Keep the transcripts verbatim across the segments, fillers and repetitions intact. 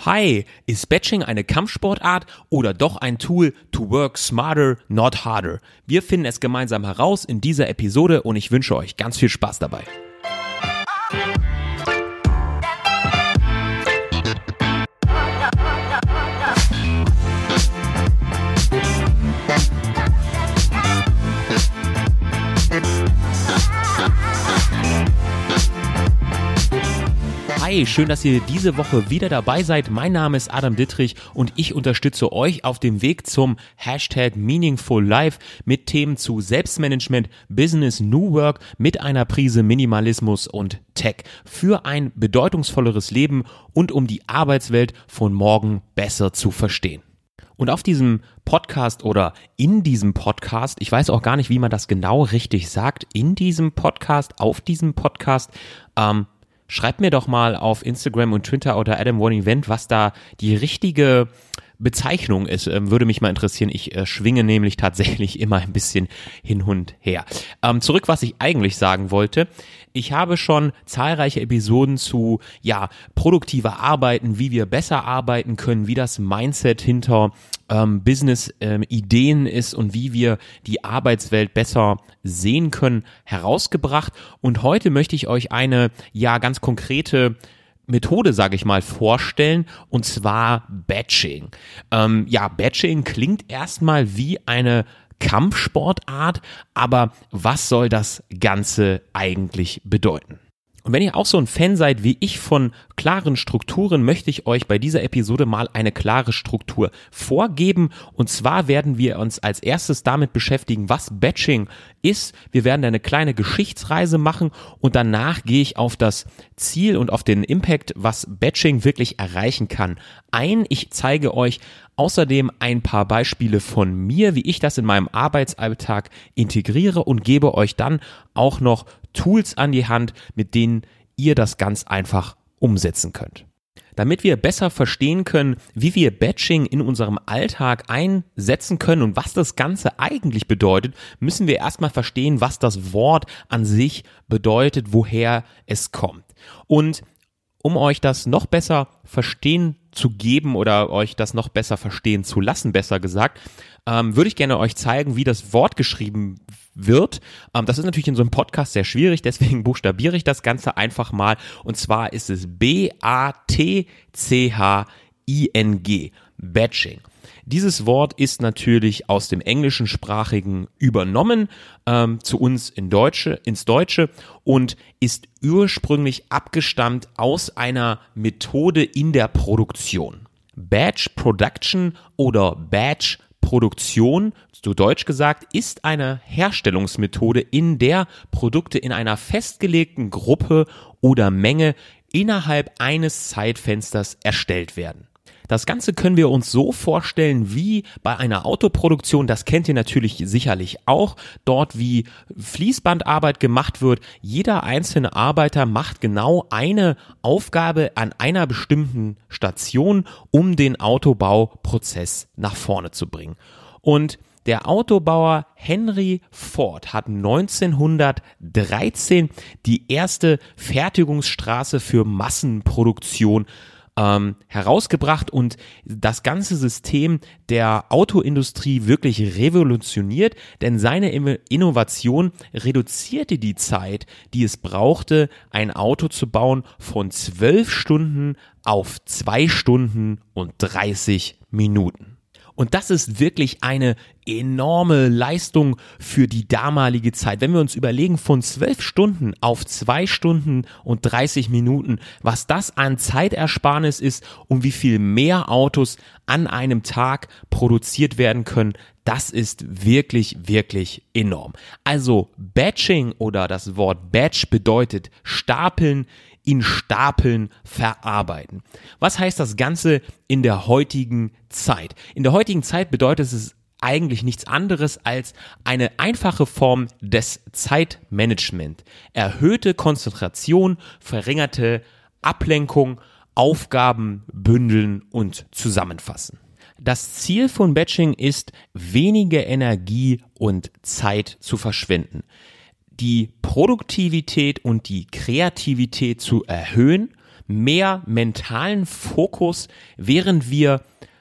Hi, ist Batching eine Kampfsportart oder doch ein Tool to work smarter, not harder? Wir finden es gemeinsam heraus in dieser Episode und ich wünsche euch ganz viel Spaß dabei. Hi, schön, dass ihr diese Woche wieder dabei seid. Mein Name ist Adam Dittrich und ich unterstütze euch auf dem Weg zum Hashtag Meaningful Life mit Themen zu Selbstmanagement, Business, New Work mit einer Prise Minimalismus und Tech für ein bedeutungsvolleres Leben und um die Arbeitswelt von morgen besser zu verstehen. Und auf diesem Podcast oder in diesem Podcast, ich weiß auch gar nicht, wie man das genau richtig sagt, in diesem Podcast, auf diesem Podcast, ähm, schreibt mir doch mal auf Instagram und Twitter oder Adam One Event, was da die richtige Bezeichnung ist. Ähm, würde mich mal interessieren. Ich äh, schwinge nämlich tatsächlich immer ein bisschen hin und her. Ähm, zurück, was ich eigentlich sagen wollte. Ich habe schon zahlreiche Episoden zu ja produktiver Arbeiten, wie wir besser arbeiten können, wie das Mindset hinter ähm, Business-Ideen ähm, ist und wie wir die Arbeitswelt besser sehen können, herausgebracht. Und heute möchte ich euch eine ja ganz konkrete Methode, sage ich mal, vorstellen, und zwar Batching. Ähm, ja, Batching klingt erstmal wie eine Kampfsportart, aber was soll das Ganze eigentlich bedeuten? Und wenn ihr auch so ein Fan seid wie ich von klaren Strukturen, möchte ich euch bei dieser Episode mal eine klare Struktur vorgeben. Und zwar werden wir uns als erstes damit beschäftigen, was Batching ist. Wir werden eine kleine Geschichtsreise machen und danach gehe ich auf das Ziel und auf den Impact, was Batching wirklich erreichen kann, ein. Ich zeige euch außerdem ein paar Beispiele von mir, wie ich das in meinem Arbeitsalltag integriere und gebe euch dann auch noch Tools an die Hand, mit denen ihr das ganz einfach umsetzen könnt. Damit wir besser verstehen können, wie wir Batching in unserem Alltag einsetzen können und was das Ganze eigentlich bedeutet, müssen wir erstmal verstehen, was das Wort an sich bedeutet, woher es kommt. Und um euch das noch besser verstehen zu geben oder euch das noch besser verstehen zu lassen, besser gesagt, ähm, würde ich gerne euch zeigen, wie das Wort geschrieben wird. Ähm, das ist natürlich in so einem Podcast sehr schwierig, deswegen buchstabiere ich das Ganze einfach mal. Und zwar ist es B A T C H I N G, Batching. Dieses Wort ist natürlich aus dem Englischsprachigen übernommen ähm, zu uns in Deutsche, ins Deutsche und ist ursprünglich abgestammt aus einer Methode in der Produktion. Batch Production oder Batch Produktion, zu Deutsch gesagt, ist eine Herstellungsmethode, in der Produkte in einer festgelegten Gruppe oder Menge innerhalb eines Zeitfensters erstellt werden. Das Ganze können wir uns so vorstellen wie bei einer Autoproduktion, das kennt ihr natürlich sicherlich auch, dort wie Fließbandarbeit gemacht wird. Jeder einzelne Arbeiter macht genau eine Aufgabe an einer bestimmten Station, um den Autobauprozess nach vorne zu bringen. Und der Autobauer Henry Ford hat neunzehnhundertdreizehn die erste Fertigungsstraße für Massenproduktion Ähm, herausgebracht und das ganze System der Autoindustrie wirklich revolutioniert, denn seine Innovation reduzierte die Zeit, die es brauchte, ein Auto zu bauen, von zwölf Stunden auf zwei Stunden und dreißig Minuten. Und das ist wirklich eine enorme Leistung für die damalige Zeit. Wenn wir uns überlegen, von zwölf Stunden auf zwei Stunden und dreißig Minuten, was das an Zeitersparnis ist und wie viel mehr Autos an einem Tag produziert werden können, das ist wirklich, wirklich enorm. Also Batching oder das Wort Batch bedeutet stapeln, in Stapeln verarbeiten. Was heißt das Ganze in der heutigen Zeit? In der heutigen Zeit bedeutet es eigentlich nichts anderes als eine einfache Form des Zeitmanagement. Erhöhte Konzentration, verringerte Ablenkung, Aufgaben bündeln und zusammenfassen. Das Ziel von Batching ist, weniger Energie und Zeit zu verschwenden, die Produktivität und die Kreativität zu erhöhen, mehr mentalen Fokus, während wir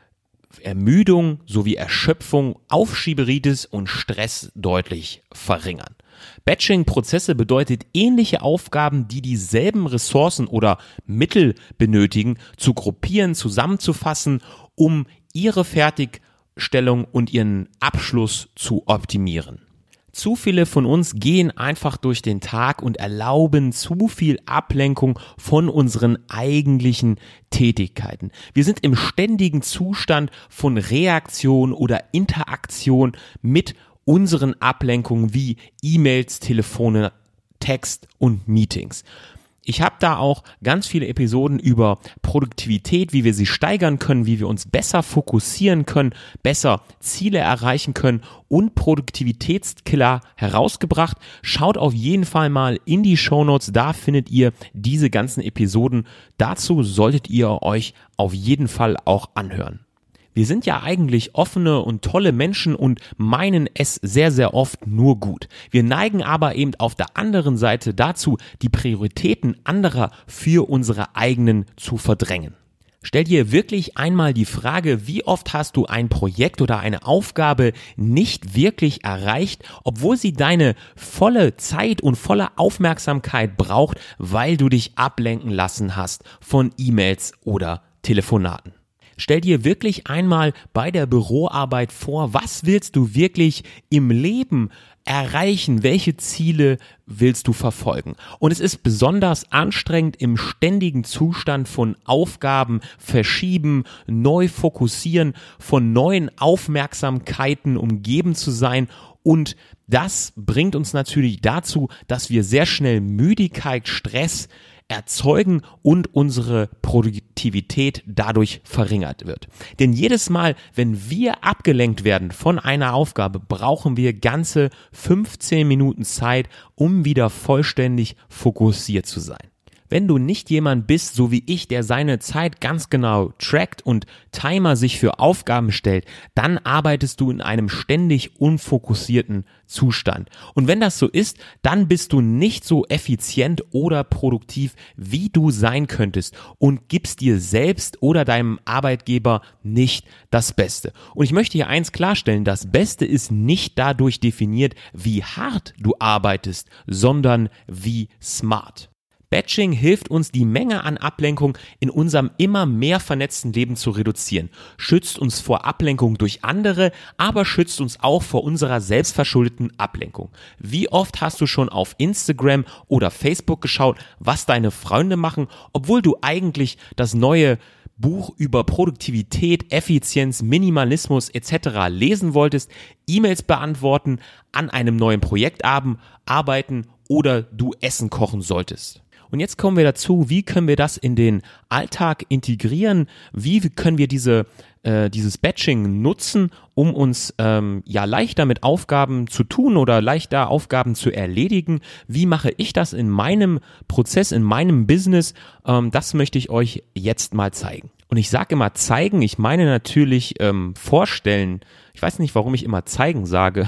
Ermüdung sowie Erschöpfung, Aufschieberitis und Stress deutlich verringern. Batching-Prozesse bedeutet, ähnliche Aufgaben, die dieselben Ressourcen oder Mittel benötigen, zu gruppieren, zusammenzufassen, um ihre Fertigstellung und ihren Abschluss zu optimieren. Zu viele von uns gehen einfach durch den Tag und erlauben zu viel Ablenkung von unseren eigentlichen Tätigkeiten. Wir sind im ständigen Zustand von Reaktion oder Interaktion mit unseren Ablenkungen wie E-Mails, Telefone, Text und Meetings. Ich habe da auch ganz viele Episoden über Produktivität, wie wir sie steigern können, wie wir uns besser fokussieren können, besser Ziele erreichen können und Produktivitätskiller herausgebracht. Schaut auf jeden Fall mal in die Shownotes, da findet ihr diese ganzen Episoden. Dazu solltet ihr euch auf jeden Fall auch anhören. Wir sind ja eigentlich offene und tolle Menschen und meinen es sehr, sehr oft nur gut. Wir neigen aber eben auf der anderen Seite dazu, die Prioritäten anderer für unsere eigenen zu verdrängen. Stell dir wirklich einmal die Frage, wie oft hast du ein Projekt oder eine Aufgabe nicht wirklich erreicht, obwohl sie deine volle Zeit und volle Aufmerksamkeit braucht, weil du dich ablenken lassen hast von E-Mails oder Telefonaten. Stell dir wirklich einmal bei der Büroarbeit vor, was willst du wirklich im Leben erreichen? Welche Ziele willst du verfolgen? Und es ist besonders anstrengend, im ständigen Zustand von Aufgaben verschieben, neu fokussieren, von neuen Aufmerksamkeiten umgeben zu sein. Und das bringt uns natürlich dazu, dass wir sehr schnell Müdigkeit, Stress erzeugen und unsere Produktivität dadurch verringert wird. Denn jedes Mal, wenn wir abgelenkt werden von einer Aufgabe, brauchen wir ganze fünfzehn Minuten Zeit, um wieder vollständig fokussiert zu sein. Wenn du nicht jemand bist, so wie ich, der seine Zeit ganz genau trackt und Timer sich für Aufgaben stellt, dann arbeitest du in einem ständig unfokussierten Zustand. Und wenn das so ist, dann bist du nicht so effizient oder produktiv, wie du sein könntest und gibst dir selbst oder deinem Arbeitgeber nicht das Beste. Und ich möchte hier eins klarstellen, das Beste ist nicht dadurch definiert, wie hart du arbeitest, sondern wie smart. Batching hilft uns, die Menge an Ablenkung in unserem immer mehr vernetzten Leben zu reduzieren, schützt uns vor Ablenkung durch andere, aber schützt uns auch vor unserer selbstverschuldeten Ablenkung. Wie oft hast du schon auf Instagram oder Facebook geschaut, was deine Freunde machen, obwohl du eigentlich das neue Buch über Produktivität, Effizienz, Minimalismus et cetera lesen wolltest, E-Mails beantworten, an einem neuen Projekt arbeiten oder du Essen kochen solltest? Und jetzt kommen wir dazu, wie können wir das in den Alltag integrieren? Wie können wir diese, äh, dieses Batching nutzen, um uns ähm, ja leichter mit Aufgaben zu tun oder leichter Aufgaben zu erledigen? Wie mache ich das in meinem Prozess, in meinem Business? Ähm, das möchte ich euch jetzt mal zeigen. Und ich sage immer zeigen, ich meine natürlich ähm, vorstellen. Ich weiß nicht, warum ich immer zeigen sage.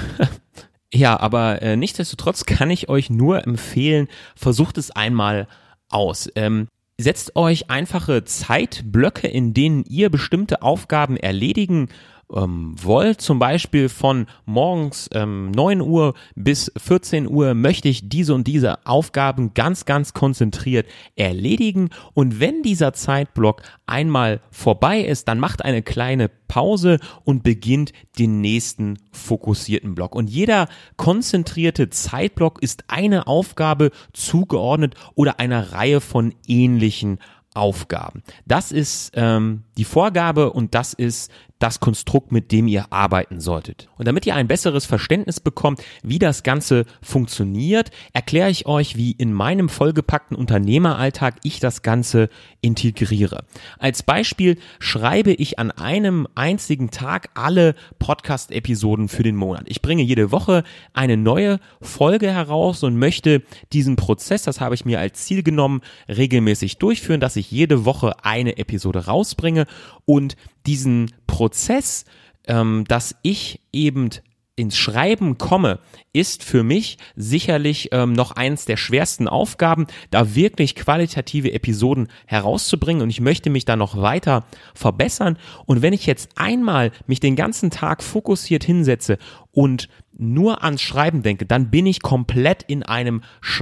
Ja, aber äh, nichtsdestotrotz kann ich euch nur empfehlen, versucht es einmal aus. Ähm, setzt euch einfache Zeitblöcke, in denen ihr bestimmte Aufgaben erledigen ähm, wollt. Zum Beispiel von morgens ähm, neun Uhr bis vierzehn Uhr möchte ich diese und diese Aufgaben ganz, ganz konzentriert erledigen. Und wenn dieser Zeitblock einmal vorbei ist, dann macht eine kleine Pause und beginnt den nächsten fokussierten Block. Und jeder konzentrierte Zeitblock ist eine Aufgabe zugeordnet oder einer Reihe von ähnlichen Aufgaben. Das ist ähm, die Vorgabe und das ist das Konstrukt, mit dem ihr arbeiten solltet. Und damit ihr ein besseres Verständnis bekommt, wie das Ganze funktioniert, erkläre ich euch, wie in meinem vollgepackten Unternehmeralltag ich das Ganze integriere. Als Beispiel schreibe ich an einem einzigen Tag alle Podcast-Episoden für den Monat. Ich bringe jede Woche eine neue Folge heraus und möchte diesen Prozess, das habe ich mir als Ziel genommen, regelmäßig durchführen, dass ich jede Woche eine Episode rausbringe und diesen Prozess, ähm, dass ich eben ins Schreiben komme, ist für mich sicherlich ähm, noch eins der schwersten Aufgaben, da wirklich qualitative Episoden herauszubringen, und ich möchte mich da noch weiter verbessern. Und wenn ich jetzt einmal mich den ganzen Tag fokussiert hinsetze und nur ans Schreiben denke, dann bin ich komplett in einem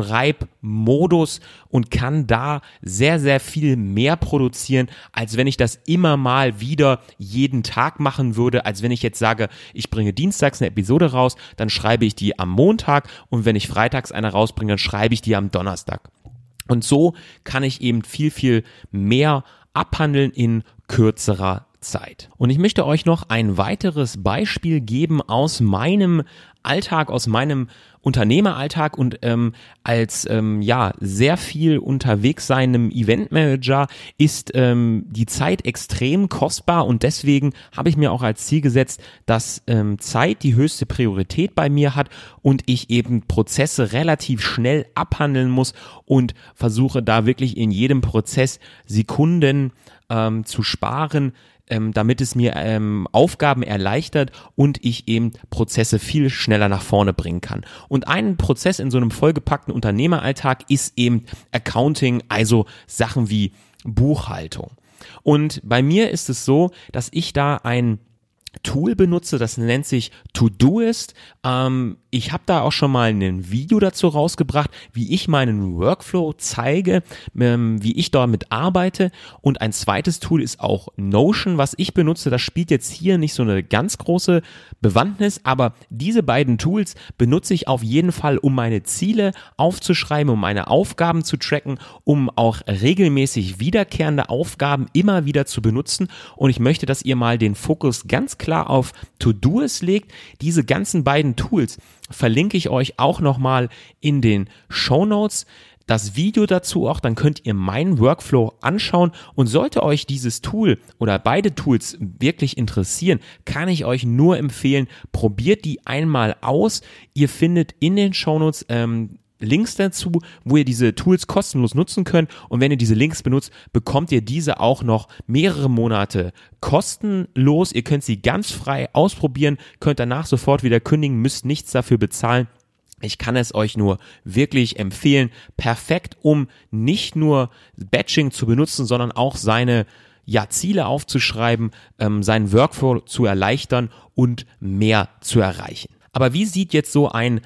Schreibmodus und kann da sehr, sehr viel mehr produzieren, als wenn ich das immer mal wieder jeden Tag machen würde, als wenn ich jetzt sage, ich bringe dienstags eine Episode raus, dann schreibe ich die am Montag, und wenn ich freitags eine rausbringe, dann schreibe ich die am Donnerstag. Und so kann ich eben viel, viel mehr abhandeln in kürzerer Zeit. Und ich möchte euch noch ein weiteres Beispiel geben aus meinem Alltag, aus meinem Unternehmeralltag, und ähm, als ähm, ja sehr viel unterwegs seinem Eventmanager ist ähm, die Zeit extrem kostbar, und deswegen habe ich mir auch als Ziel gesetzt, dass ähm, Zeit die höchste Priorität bei mir hat und ich eben Prozesse relativ schnell abhandeln muss und versuche da wirklich in jedem Prozess Sekunden ähm, zu sparen, Ähm, damit es mir ähm, Aufgaben erleichtert und ich eben Prozesse viel schneller nach vorne bringen kann. Und ein Prozess in so einem vollgepackten Unternehmeralltag ist eben Accounting, also Sachen wie Buchhaltung. Und bei mir ist es so, dass ich da ein Tool benutze, das nennt sich Todoist. Ähm, ich habe da auch schon mal ein Video dazu rausgebracht, wie ich meinen Workflow zeige, ähm, wie ich damit arbeite. Und ein zweites Tool ist auch Notion, was ich benutze. Das spielt jetzt hier nicht so eine ganz große Bewandtnis, aber diese beiden Tools benutze ich auf jeden Fall, um meine Ziele aufzuschreiben, um meine Aufgaben zu tracken, um auch regelmäßig wiederkehrende Aufgaben immer wieder zu benutzen. Und ich möchte, dass ihr mal den Fokus ganz klar auf Todoist legt. Diese ganzen beiden Tools verlinke ich euch auch nochmal in den Shownotes. Das Video dazu auch, dann könnt ihr meinen Workflow anschauen, und sollte euch dieses Tool oder beide Tools wirklich interessieren, kann ich euch nur empfehlen, probiert die einmal aus. Ihr findet in den Shownotes ähm, Links dazu, wo ihr diese Tools kostenlos nutzen könnt, und wenn ihr diese Links benutzt, bekommt ihr diese auch noch mehrere Monate kostenlos. Ihr könnt sie ganz frei ausprobieren, könnt danach sofort wieder kündigen, müsst nichts dafür bezahlen. Ich kann es euch nur wirklich empfehlen. Perfekt, um nicht nur Batching zu benutzen, sondern auch seine ja, Ziele aufzuschreiben, ähm, seinen Workflow zu erleichtern und mehr zu erreichen. Aber wie sieht jetzt so ein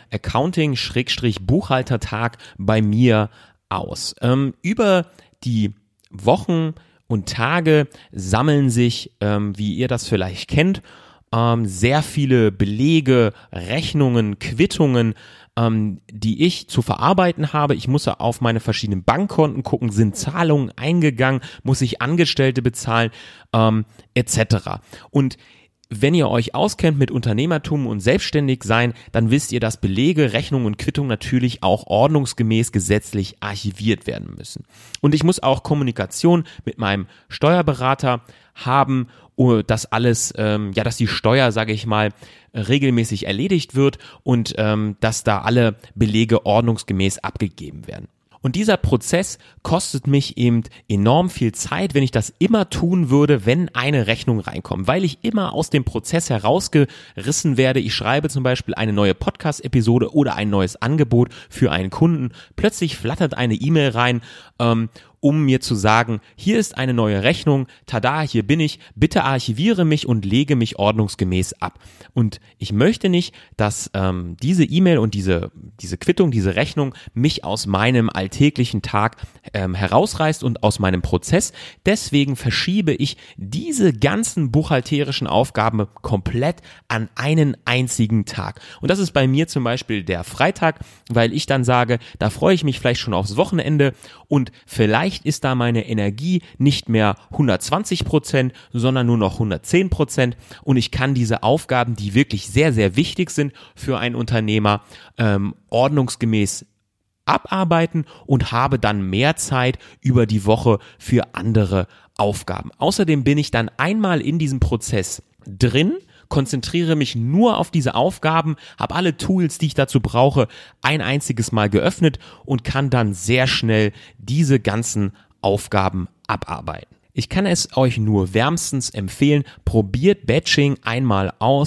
Accounting-Buchhaltertag bei mir aus? Ähm, über die Wochen und Tage sammeln sich, ähm, wie ihr das vielleicht kennt, ähm, sehr viele Belege, Rechnungen, Quittungen, ähm, die ich zu verarbeiten habe. Ich muss auf meine verschiedenen Bankkonten gucken, sind Zahlungen eingegangen, muss ich Angestellte bezahlen, ähm, et cetera. Und wenn ihr euch auskennt mit Unternehmertum und selbstständig sein, dann wisst ihr, dass Belege, Rechnungen und Quittungen natürlich auch ordnungsgemäß gesetzlich archiviert werden müssen. Und ich muss auch Kommunikation mit meinem Steuerberater haben, dass alles, ähm, ja, dass die Steuer, sage ich mal, regelmäßig erledigt wird und ähm, dass da alle Belege ordnungsgemäß abgegeben werden. Und dieser Prozess kostet mich eben enorm viel Zeit, wenn ich das immer tun würde, wenn eine Rechnung reinkommt, weil ich immer aus dem Prozess herausgerissen werde. Ich schreibe zum Beispiel eine neue Podcast-Episode oder ein neues Angebot für einen Kunden. Plötzlich flattert eine E-Mail rein, ähm, um mir zu sagen, hier ist eine neue Rechnung, tada, hier bin ich, bitte archiviere mich und lege mich ordnungsgemäß ab. Und ich möchte nicht, dass ähm, diese E-Mail und diese, diese Quittung, diese Rechnung mich aus meinem alltäglichen Tag ähm, herausreißt und aus meinem Prozess. Deswegen verschiebe ich diese ganzen buchhalterischen Aufgaben komplett an einen einzigen Tag. Und das ist bei mir zum Beispiel der Freitag, weil ich dann sage, da freue ich mich vielleicht schon aufs Wochenende und vielleicht ist da meine Energie nicht mehr hundertzwanzig Prozent, sondern nur noch hundertzehn Prozent, und ich kann diese Aufgaben, die wirklich sehr, sehr wichtig sind für einen Unternehmer, ähm, ordnungsgemäß abarbeiten und habe dann mehr Zeit über die Woche für andere Aufgaben. Außerdem bin ich dann einmal in diesem Prozess drin, konzentriere mich nur auf diese Aufgaben, habe alle Tools, die ich dazu brauche, ein einziges Mal geöffnet und kann dann sehr schnell diese ganzen Aufgaben abarbeiten. Ich kann es euch nur wärmstens empfehlen, probiert Batching einmal aus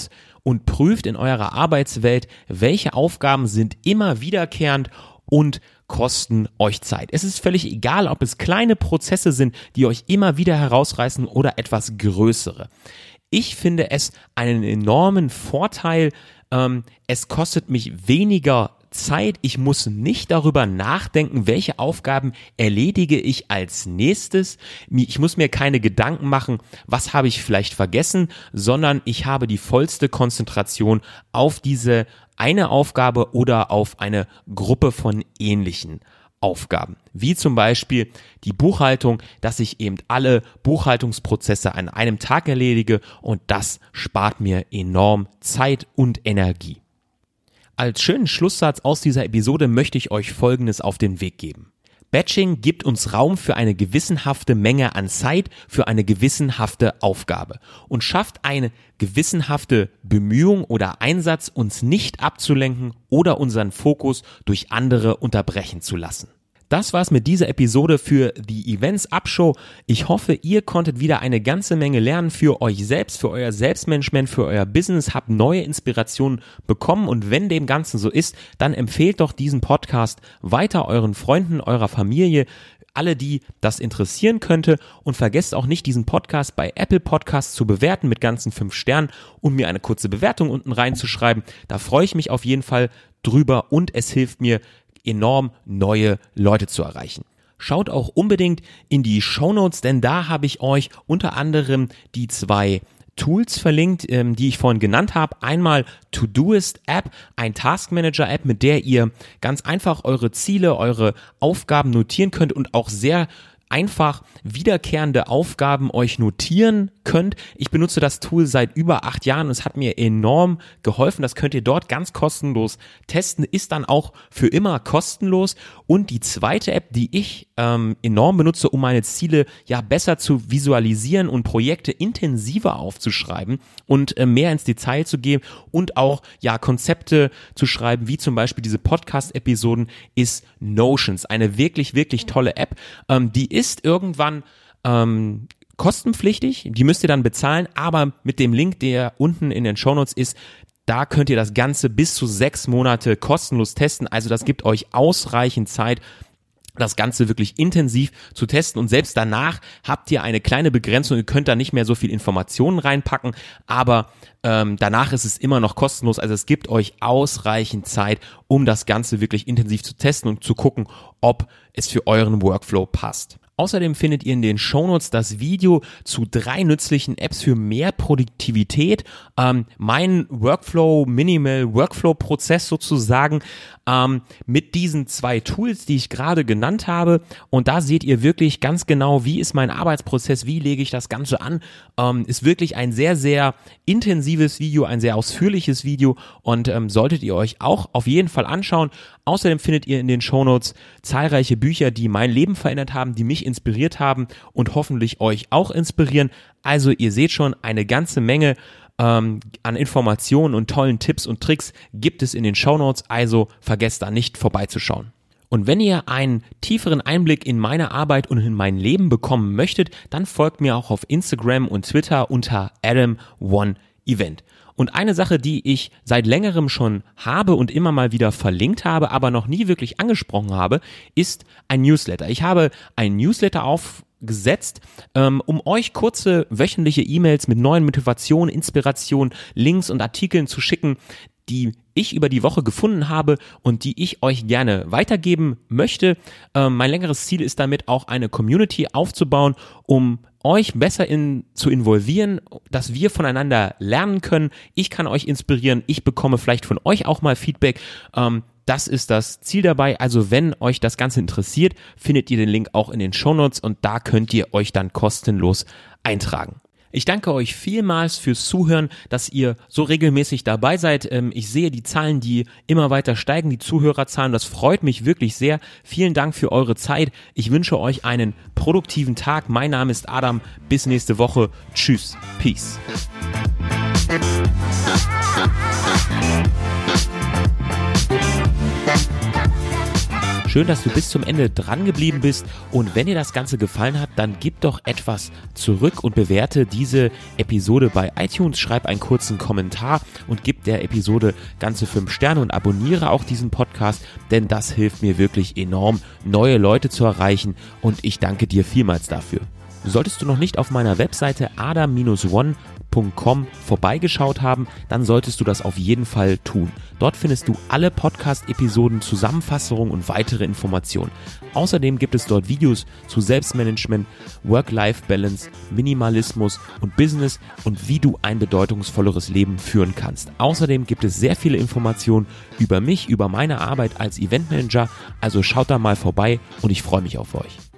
und prüft in eurer Arbeitswelt, welche Aufgaben sind immer wiederkehrend und kosten euch Zeit. Es ist völlig egal, ob es kleine Prozesse sind, die euch immer wieder herausreißen oder etwas größere. Ich finde es einen enormen Vorteil. Ähm, es kostet mich weniger Zeit. Ich muss nicht darüber nachdenken, welche Aufgaben erledige ich als nächstes. Ich muss mir keine Gedanken machen, was habe ich vielleicht vergessen, sondern ich habe die vollste Konzentration auf diese eine Aufgabe oder auf eine Gruppe von ähnlichen Aufgaben, wie zum Beispiel die Buchhaltung, dass ich eben alle Buchhaltungsprozesse an einem Tag erledige und das spart mir enorm Zeit und Energie. Als schönen Schlusssatz aus dieser Episode möchte ich euch Folgendes auf den Weg geben. Batching gibt uns Raum für eine gewissenhafte Menge an Zeit für eine gewissenhafte Aufgabe und schafft eine gewissenhafte Bemühung oder Einsatz, uns nicht abzulenken oder unseren Fokus durch andere unterbrechen zu lassen. Das war's mit dieser Episode für die Events Up Show. Ich hoffe, ihr konntet wieder eine ganze Menge lernen für euch selbst, für euer Selbstmanagement, für euer Business, habt neue Inspirationen bekommen und wenn dem Ganzen so ist, dann empfehlt doch diesen Podcast weiter euren Freunden, eurer Familie, alle, die das interessieren könnte und vergesst auch nicht, diesen Podcast bei Apple Podcasts zu bewerten mit ganzen fünf Sternen und mir eine kurze Bewertung unten reinzuschreiben. Da freue ich mich auf jeden Fall drüber und es hilft mir, enorm neue Leute zu erreichen. Schaut auch unbedingt in die Shownotes, denn da habe ich euch unter anderem die zwei Tools verlinkt, ähm, die ich vorhin genannt habe. Einmal Todoist App, ein Taskmanager App, mit der ihr ganz einfach eure Ziele, eure Aufgaben notieren könnt und auch sehr einfach wiederkehrende Aufgaben euch notieren könnt. Ich benutze das Tool seit über acht Jahren und es hat mir enorm geholfen. Das könnt ihr dort ganz kostenlos testen, ist dann auch für immer kostenlos. Und die zweite App, die ich ähm, enorm benutze, um meine Ziele ja besser zu visualisieren und Projekte intensiver aufzuschreiben und äh, mehr ins Detail zu gehen und auch ja Konzepte zu schreiben, wie zum Beispiel diese Podcast-Episoden, ist Notions. Eine wirklich, wirklich tolle App, ähm, die ist ist irgendwann ähm, kostenpflichtig, die müsst ihr dann bezahlen, aber mit dem Link, der unten in den Shownotes ist, da könnt ihr das Ganze bis zu sechs Monate kostenlos testen, also das gibt euch ausreichend Zeit, das Ganze wirklich intensiv zu testen und selbst danach habt ihr eine kleine Begrenzung, ihr könnt da nicht mehr so viel Informationen reinpacken, aber ähm, danach ist es immer noch kostenlos, also es gibt euch ausreichend Zeit, um das Ganze wirklich intensiv zu testen und zu gucken, ob es für euren Workflow passt. Außerdem findet ihr in den Shownotes das Video zu drei nützlichen Apps für mehr Produktivität. Ähm, mein Workflow, Minimal Workflow Prozess sozusagen ähm, mit diesen zwei Tools, die ich gerade genannt habe. Und da seht ihr wirklich ganz genau, wie ist mein Arbeitsprozess, wie lege ich das Ganze an. Ähm, ist wirklich ein sehr, sehr intensives Video, ein sehr ausführliches Video und ähm, solltet ihr euch auch auf jeden Fall anschauen. Außerdem findet ihr in den Shownotes zahlreiche Bücher, die mein Leben verändert haben, die mich inspiriert haben und hoffentlich euch auch inspirieren. Also ihr seht schon, eine ganze Menge ähm, an Informationen und tollen Tipps und Tricks gibt es in den Shownotes, also vergesst da nicht vorbeizuschauen. Und wenn ihr einen tieferen Einblick in meine Arbeit und in mein Leben bekommen möchtet, dann folgt mir auch auf Instagram und Twitter unter Adam One Event. Und eine Sache, die ich seit längerem schon habe und immer mal wieder verlinkt habe, aber noch nie wirklich angesprochen habe, ist ein Newsletter. Ich habe ein Newsletter aufgesetzt, ähm, um euch kurze wöchentliche E-Mails mit neuen Motivationen, Inspirationen, Links und Artikeln zu schicken, die ich über die Woche gefunden habe und die ich euch gerne weitergeben möchte. Ähm, mein längeres Ziel ist damit auch eine Community aufzubauen, um euch besser in, zu involvieren, dass wir voneinander lernen können. Ich kann euch inspirieren, ich bekomme vielleicht von euch auch mal Feedback. Ähm, das ist das Ziel dabei. Also wenn euch das Ganze interessiert, findet ihr den Link auch in den Shownotes und da könnt ihr euch dann kostenlos eintragen. Ich danke euch vielmals fürs Zuhören, dass ihr so regelmäßig dabei seid. Ich sehe die Zahlen, die immer weiter steigen, die Zuhörerzahlen. Das freut mich wirklich sehr. Vielen Dank für eure Zeit. Ich wünsche euch einen produktiven Tag. Mein Name ist Adam. Bis nächste Woche. Tschüss. Peace. Schön, dass du bis zum Ende dran geblieben bist und wenn dir das Ganze gefallen hat, dann gib doch etwas zurück und bewerte diese Episode bei iTunes, schreib einen kurzen Kommentar und gib der Episode ganze fünf Sterne und abonniere auch diesen Podcast, denn das hilft mir wirklich enorm, neue Leute zu erreichen und ich danke dir vielmals dafür. Solltest du noch nicht auf meiner Webseite adam Bindestrich one Punkt com vorbeigeschaut haben, dann solltest du das auf jeden Fall tun. Dort findest du alle Podcast-Episoden, Zusammenfassungen und weitere Informationen. Außerdem gibt es dort Videos zu Selbstmanagement, Work-Life-Balance, Minimalismus und Business und wie du ein bedeutungsvolleres Leben führen kannst. Außerdem gibt es sehr viele Informationen über mich, über meine Arbeit als Eventmanager, also schaut da mal vorbei und ich freue mich auf euch.